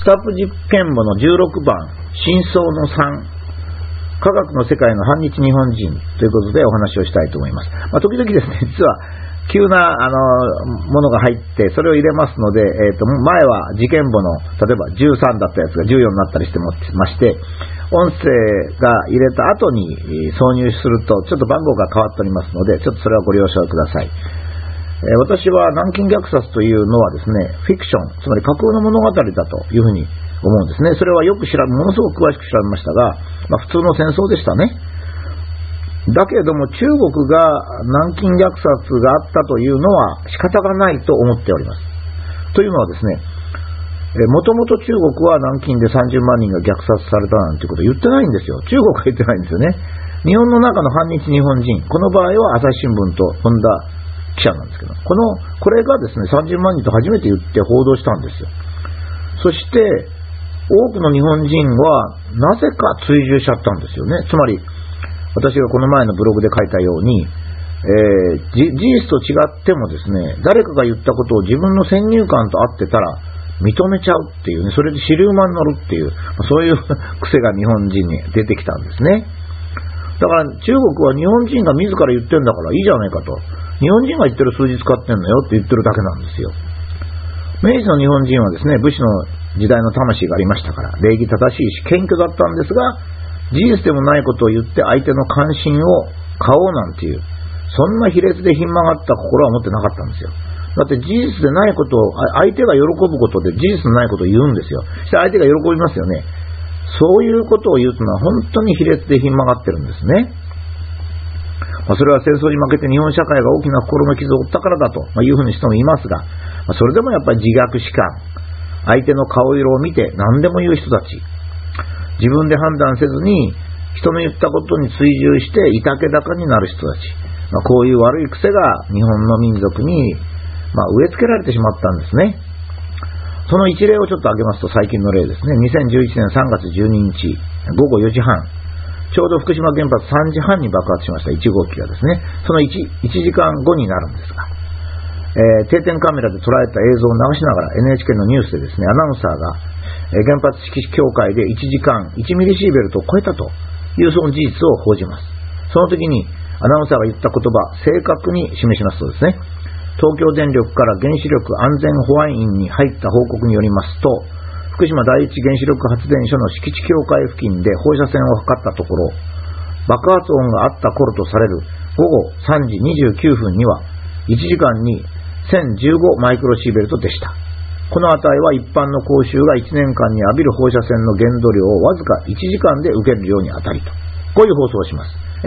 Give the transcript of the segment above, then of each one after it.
スタッフ実験簿の16番、真相の3、科学の世界の反日日本人ということでお話をしたいと思います。時々ですね、実は急なものが入ってそれを入れますので、前は事件簿の例えば13だったやつが14になったりしてまして、音声が入れた後に挿入するとちょっと番号が変わっておりますので、ちょっとそれはご了承ください。私は南京虐殺というのはですね、フィクション、つまり架空の物語だというふうに思うんですね。それはよくものすごく詳しく調べましたが、普通の戦争でしたね。だけれども中国が南京虐殺があったというのは仕方がないと思っております。というのはですね、もともと中国は南京で30万人が虐殺されたなんてことを言ってないんですよ。中国は言ってないんですよね。日本の中の反日日本人、この場合は朝日新聞と本田記者なんですけど、これがですね30万人と初めて言って報道したんですよ。そして多くの日本人はなぜか追従しちゃったんですよね。つまり私がこの前のブログで書いたように、事実と違ってもですね、誰かが言ったことを自分の先入観と合ってたら認めちゃうっていうね、それで尻馬に乗るっていう、そういう癖が日本人に出てきたんですね。だから中国は日本人が自ら言ってんだからいいじゃないかと、日本人が言ってる数字使ってんのよって言ってるだけなんですよ。明治の日本人はですね、武士の時代の魂がありましたから礼儀正しいし謙虚だったんですが、事実でもないことを言って相手の関心を買おうなんていう、そんな卑劣でひん曲がった心は持ってなかったんですよ。だって事実でないことを、相手が喜ぶことで事実のないことを言うんですよ。そして相手が喜びますよね。そういうことを言うというのは本当に卑劣でひん曲がってるんですね。それは戦争に負けて日本社会が大きな心の傷を負ったからだというふうに人もいますが、それでもやっぱり自虐史観、相手の顔色を見て何でも言う人たち、自分で判断せずに人の言ったことに追従していたけだかになる人たち、こういう悪い癖が日本の民族に植え付けられてしまったんですね。その一例をちょっと挙げますと、最近の例ですね。2011年3月12日午後4時半、ちょうど福島原発3時半に爆発しました1号機がですね、その 1時間後になるんですが、定点カメラで捉えた映像を流しながら NHK のニュースでですね、アナウンサーが、原発指揮協会で1時間1ミリシーベルトを超えたというその事実を報じます。その時にアナウンサーが言った言葉、正確に示しますとですね、東京電力から原子力安全保安院に入った報告によりますと、福島第一原子力発電所の敷地境界付近で放射線を測ったところ、爆発音があった頃とされる午後3時29分には1時間に1015マイクロシーベルトでした。この値は一般の公衆が1年間に浴びる放射線の限度量をわずか1時間で受ける量に当たりと、こういう放送をします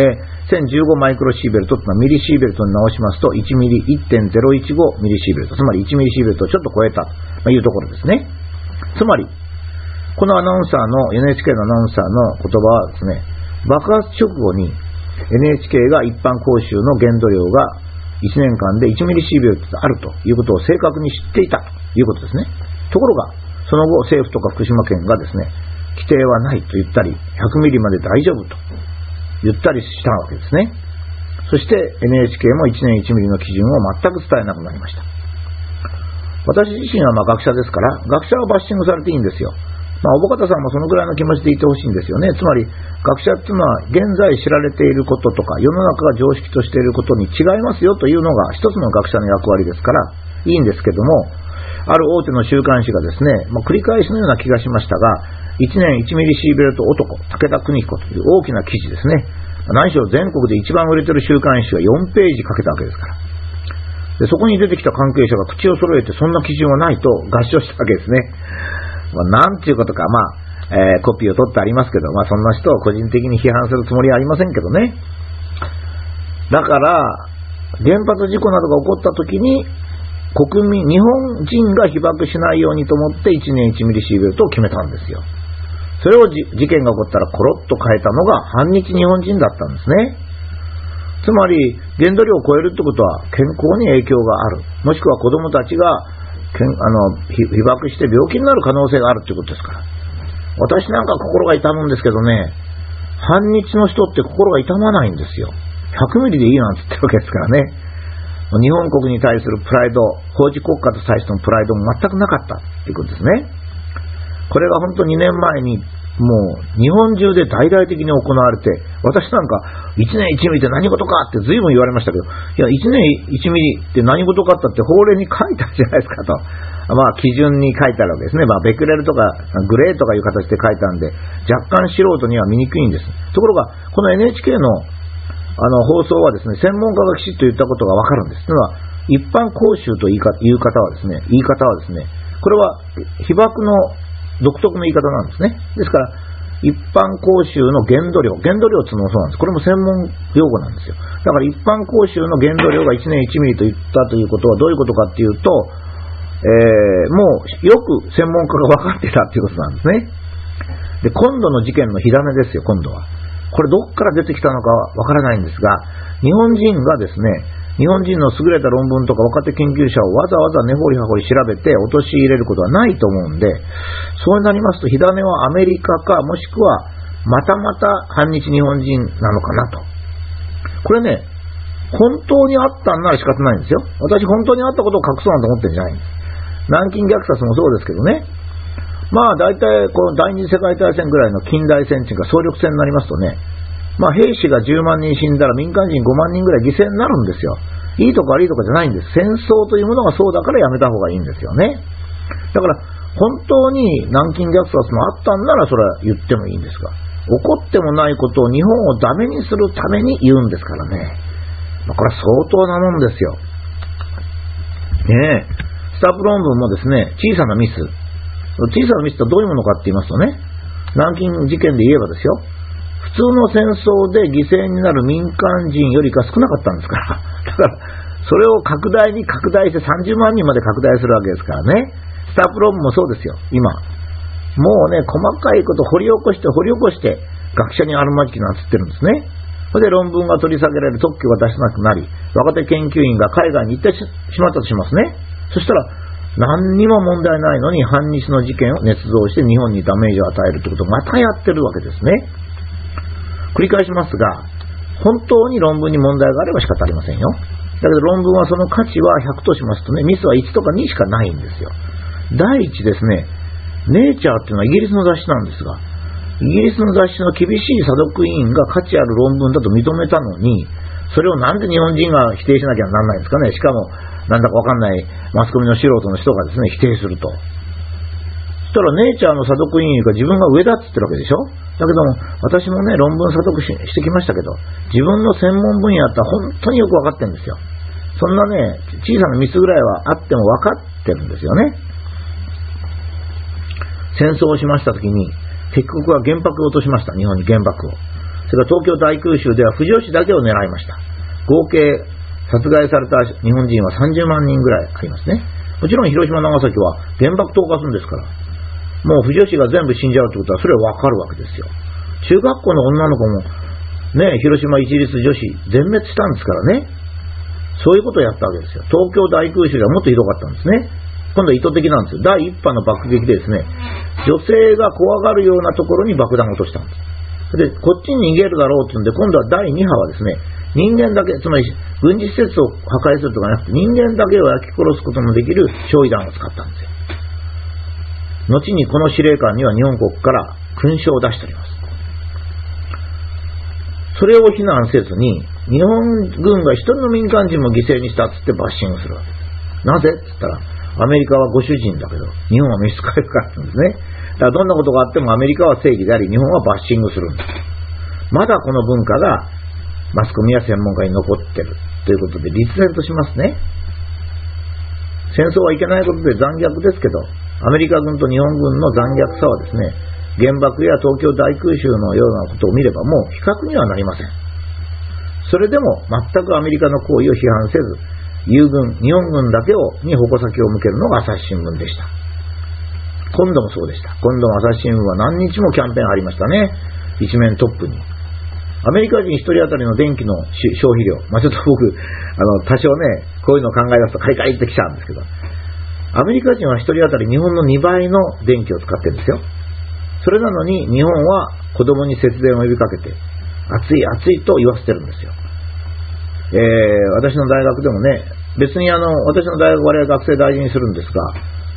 。1015マイクロシーベルトというのはミリシーベルトに直しますと1ミリ 1.015 ミリシーベルト、つまり1ミリシーベルトをちょっと超えたというところですね。つまりこのアナウンサーの NHK のアナウンサーの言葉はですね、爆発直後に NHK が一般公衆の限度量が1年間で1ミリシーベルトであるということを正確に知っていたということですね。ところがその後政府とか福島県がですね、規定はないと言ったり100ミリまで大丈夫と言ったりしたわけですね。そして NHK も1年1ミリの基準を全く伝えなくなりました。私自身は学者ですから、学者はバッシングされていいんですよ。おぼかたさんもそのぐらいの気持ちでいてほしいんですよね。つまり学者っていうのは現在知られていることとか世の中が常識としていることに違いますよというのが一つの学者の役割ですからいいんですけども、ある大手の週刊誌がですね、繰り返しのような気がしましたが、1年1ミリシーベルト男武田邦彦という大きな記事ですね。何しろ全国で一番売れてる週刊誌が4ページかけたわけですから、でそこに出てきた関係者が口を揃えてそんな基準はないと合唱したわけですね。なんていうことか、コピーを取ってありますけど、そんな人を個人的に批判するつもりはありませんけどね。だから原発事故などが起こった時に日本人が被爆しないようにと思って1年1ミリシーベルトを決めたんですよ。それを事件が起こったらコロッと変えたのが反日日本人だったんですね。つまり限度量を超えるってことは健康に影響がある、もしくは子どもたちが被爆して病気になる可能性があるということですから。私なんか心が痛むんですけどね、反日の人って心が痛まないんですよ。100ミリでいいなんて言ってるわけですからね。日本国に対するプライド、法治国家と対してのプライドも全くなかったということですね。 これが本当2年前にもう日本中で大々的に行われて、私なんか1年1ミリって何事かって随分言われましたけど、いや1年1ミリって何事かって法令に書いてあるじゃないですかと、基準に書いてあるわけですね。ベクレルとかグレーとかいう形で書いてあるんで、若干素人には見にくいんです。ところがこの NHK の放送はですね、専門家がきちっと言ったことがわかるんです。というのは一般公衆という方はですね、これは被爆の独特の言い方なんですね。ですから一般公衆の限度量っていうのもそうなんです。これも専門用語なんですよ。だから一般公衆の限度量が1年1ミリと言ったということはどういうことかっていうと、もうよく専門家が分かってたっていうことなんですね。で、今度の事件の火種ですよ。今度はこれどっから出てきたのかは分からないんですが、日本人がですね、日本人の優れた論文とか若手研究者をわざわざ根掘り葉掘り調べて陥れることはないと思うんで、そうなりますと火種はアメリカか、もしくはまたまた反日日本人なのかなと。これね、本当にあったんなら仕方ないんですよ。私本当にあったことを隠そうなんて思ってるんじゃないんです。南京虐殺もそうですけどね、大体この第二次世界大戦ぐらいの近代戦っていうか総力戦になりますとね、兵士が10万人死んだら民間人5万人ぐらい犠牲になるんですよ。いいとか悪いとかじゃないんです。戦争というものがそうだからやめた方がいいんですよね。だから本当に南京虐殺もあったんならそれは言ってもいいんですが、起こってもないことを日本をダメにするために言うんですからね。これは相当なもんですよ。ねえ、スタッフ論文もですね、小さなミスってどういうものかって言いますとね、南京事件で言えばですよ、普通の戦争で犠牲になる民間人よりか少なかったんですから。だからそれを拡大して30万人まで拡大するわけですからね。スタッフ論文もそうですよ。今もうね、細かいこと掘り起こして学者にあるまじきなんつってるんですね。それで論文が取り下げられる、特許が出せなくなり、若手研究員が海外に行ってしまったとしますね。そしたら何にも問題ないのに反日の事件を捏造して日本にダメージを与えるということをまたやってるわけですね。繰り返しますが、本当に論文に問題があれば仕方ありませんよ。だけど論文はその価値は100としますとね、ミスは1とか2しかないんですよ。第一ですね、ネイチャーっていうのはイギリスの雑誌なんですが、イギリスの雑誌の厳しい査読委員が価値ある論文だと認めたのに、それをなんで日本人が否定しなきゃならないんですかね。しかもなんだかわかんないマスコミの素人の人がですね、否定すると。そしたらネイチャーの査読委員が自分が上だって言ってるわけでしょ。だけども私もね、論文査読してきましたけど、自分の専門分野って本当によくわかってるんですよ。そんなね、小さなミスぐらいはあってもわかってるんですよね。戦争をしましたときに敵国は原爆を落としました。日本に原爆を。それから東京大空襲では富士吉だけを狙いました。合計殺害された日本人は30万人ぐらいありますね。もちろん広島長崎は原爆投下するんですから、もう富士吉が全部死んじゃうということはそれは分かるわけですよ。中学校の女の子もね、広島一律女子全滅したんですからね。そういうことをやったわけですよ。東京大空襲ではもっとひどかったんですね。今度は意図的なんですよ。第一波の爆撃でですね、女性が怖がるようなところに爆弾を落としたんです。で、こっちに逃げるだろうというんで、今度は第2波はですね、人間だけ、つまり軍事施設を破壊するとかなくて、人間だけを焼き殺すことのできる焼夷弾を使ったんですよ。後にこの司令官には日本国から勲章を出しております。それを非難せずに、日本軍が一人の民間人も犠牲にしたっつってバッシングするわけです。なぜっつったら、アメリカはご主人だけど日本は召使いからなんですね。だからどんなことがあってもアメリカは正義であり、日本はバッシングするんです。まだこの文化がマスコミや専門家に残ってるということで立然としますね。戦争はいけないことで残虐ですけど、アメリカ軍と日本軍の残虐さはですね、原爆や東京大空襲のようなことを見ればもう比較にはなりません。それでも全くアメリカの行為を批判せず、友軍、日本軍だけに矛先を向けるのが朝日新聞でした。今度もそうでした。今度も朝日新聞は何日もキャンペーンありましたね。一面トップに。アメリカ人一人当たりの電気の消費量、ちょっと僕多少ね、こういうのを考え出すとカリカリってきちゃうんですけど、アメリカ人は一人当たり日本の2倍の電気を使ってるんですよ。それなのに日本は子供に節電を呼びかけて、暑い暑いと言わせてるんですよ。私の大学でもね、別に私の大学我々学生大事にするんですが、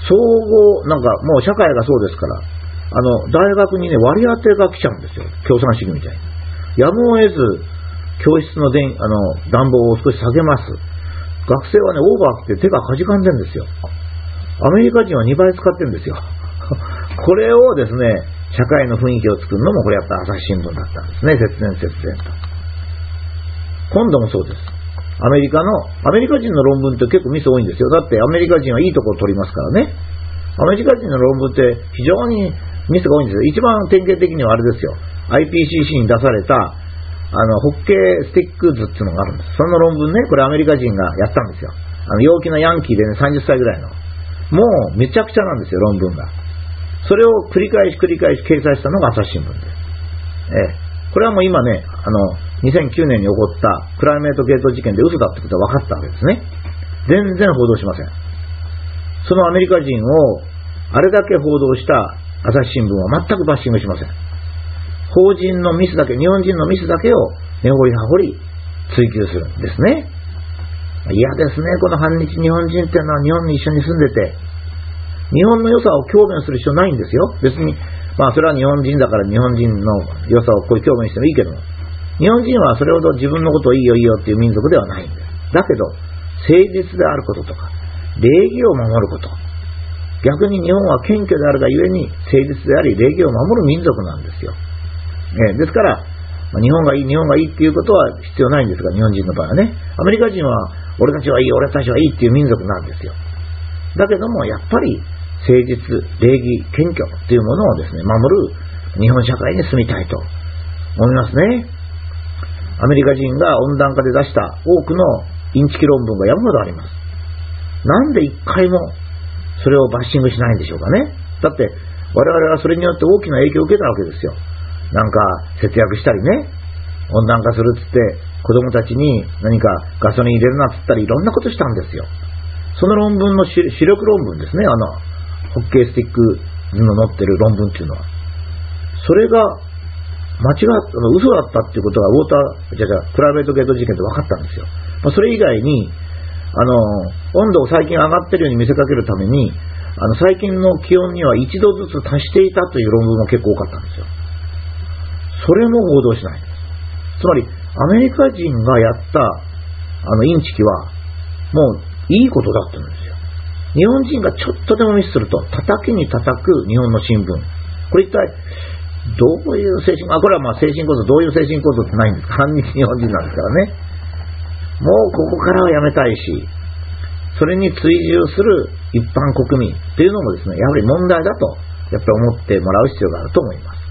総合、なんかもう社会がそうですから、大学にね、割り当てが来ちゃうんですよ。共産主義みたいに。やむを得ず、教室の暖房を少し下げます。学生はね、オーバーって手がかじかんでるんですよ。アメリカ人は2倍使ってるんですよ。これをですね、社会の雰囲気を作るのも、これやっぱ朝日新聞だったんですね、節電と。今度もそうです。アメリカ人の論文って結構ミス多いんですよ。だってアメリカ人はいいところを取りますからね。アメリカ人の論文って非常にミスが多いんですよ。一番典型的にはあれですよ。IPCC に出されたホッケースティック図っていうのがあるんです。その論文ね、これアメリカ人がやったんですよ。陽気なヤンキーでね、30歳ぐらいの。もうめちゃくちゃなんですよ、論文が。それを繰り返し掲載したのが朝日新聞です。これはもう今ね、2009年に起こったクライメートゲート事件で嘘だってことは分かったわけですね。全然報道しません。そのアメリカ人をあれだけ報道した朝日新聞は全くバッシングしません。法人のミスだけ、日本人のミスだけを根掘り葉掘り追及するんですね。嫌ですね、この反日日本人っていうのは日本に一緒に住んでて、日本の良さを強弁する必要ないんですよ。別に、それは日本人だから日本人の良さをこういう強弁してもいいけども、日本人はそれほど自分のことをいいよいいよっていう民族ではないんです。だけど、誠実であることとか、礼儀を守ること。逆に日本は謙虚であるがゆえに誠実であり、礼儀を守る民族なんですよ。ですから、日本がいいっていうことは必要ないんですが、日本人の場合はね、アメリカ人は俺たちはいいっていう民族なんですよ。だけども、やっぱり誠実、礼儀、謙虚っていうものをですね、守る日本社会に住みたいと思いますね。アメリカ人が温暖化で出した多くのインチキ論文が山ほどあります。なんで一回もそれをバッシングしないんでしょうかね。だって我々はそれによって大きな影響を受けたわけですよ。なんか節約したりね、温暖化するっつって子供たちに何かガソリン入れるなっつったりいろんなことしたんですよ。その論文の主力論文ですね、ホッケースティック図の載ってる論文っていうのは、それが嘘だったっていうことがプライベートゲート事件で分かったんですよ。それ以外に温度を最近上がってるように見せかけるために最近の気温には1度ずつ達していたという論文も結構多かったんですよ。それも報道しないんです。つまりアメリカ人がやったインチキはもういいことだったんですよ。日本人がちょっとでもミスすると叩きに叩く日本の新聞、これ一体どういう精神、これは精神構造、どういう精神構造ってないんですか。反日日本人なんですからね。もうここからはやめたいし、それに追従する一般国民っていうのもですね、やはり問題だとやっぱり思ってもらう必要があると思います。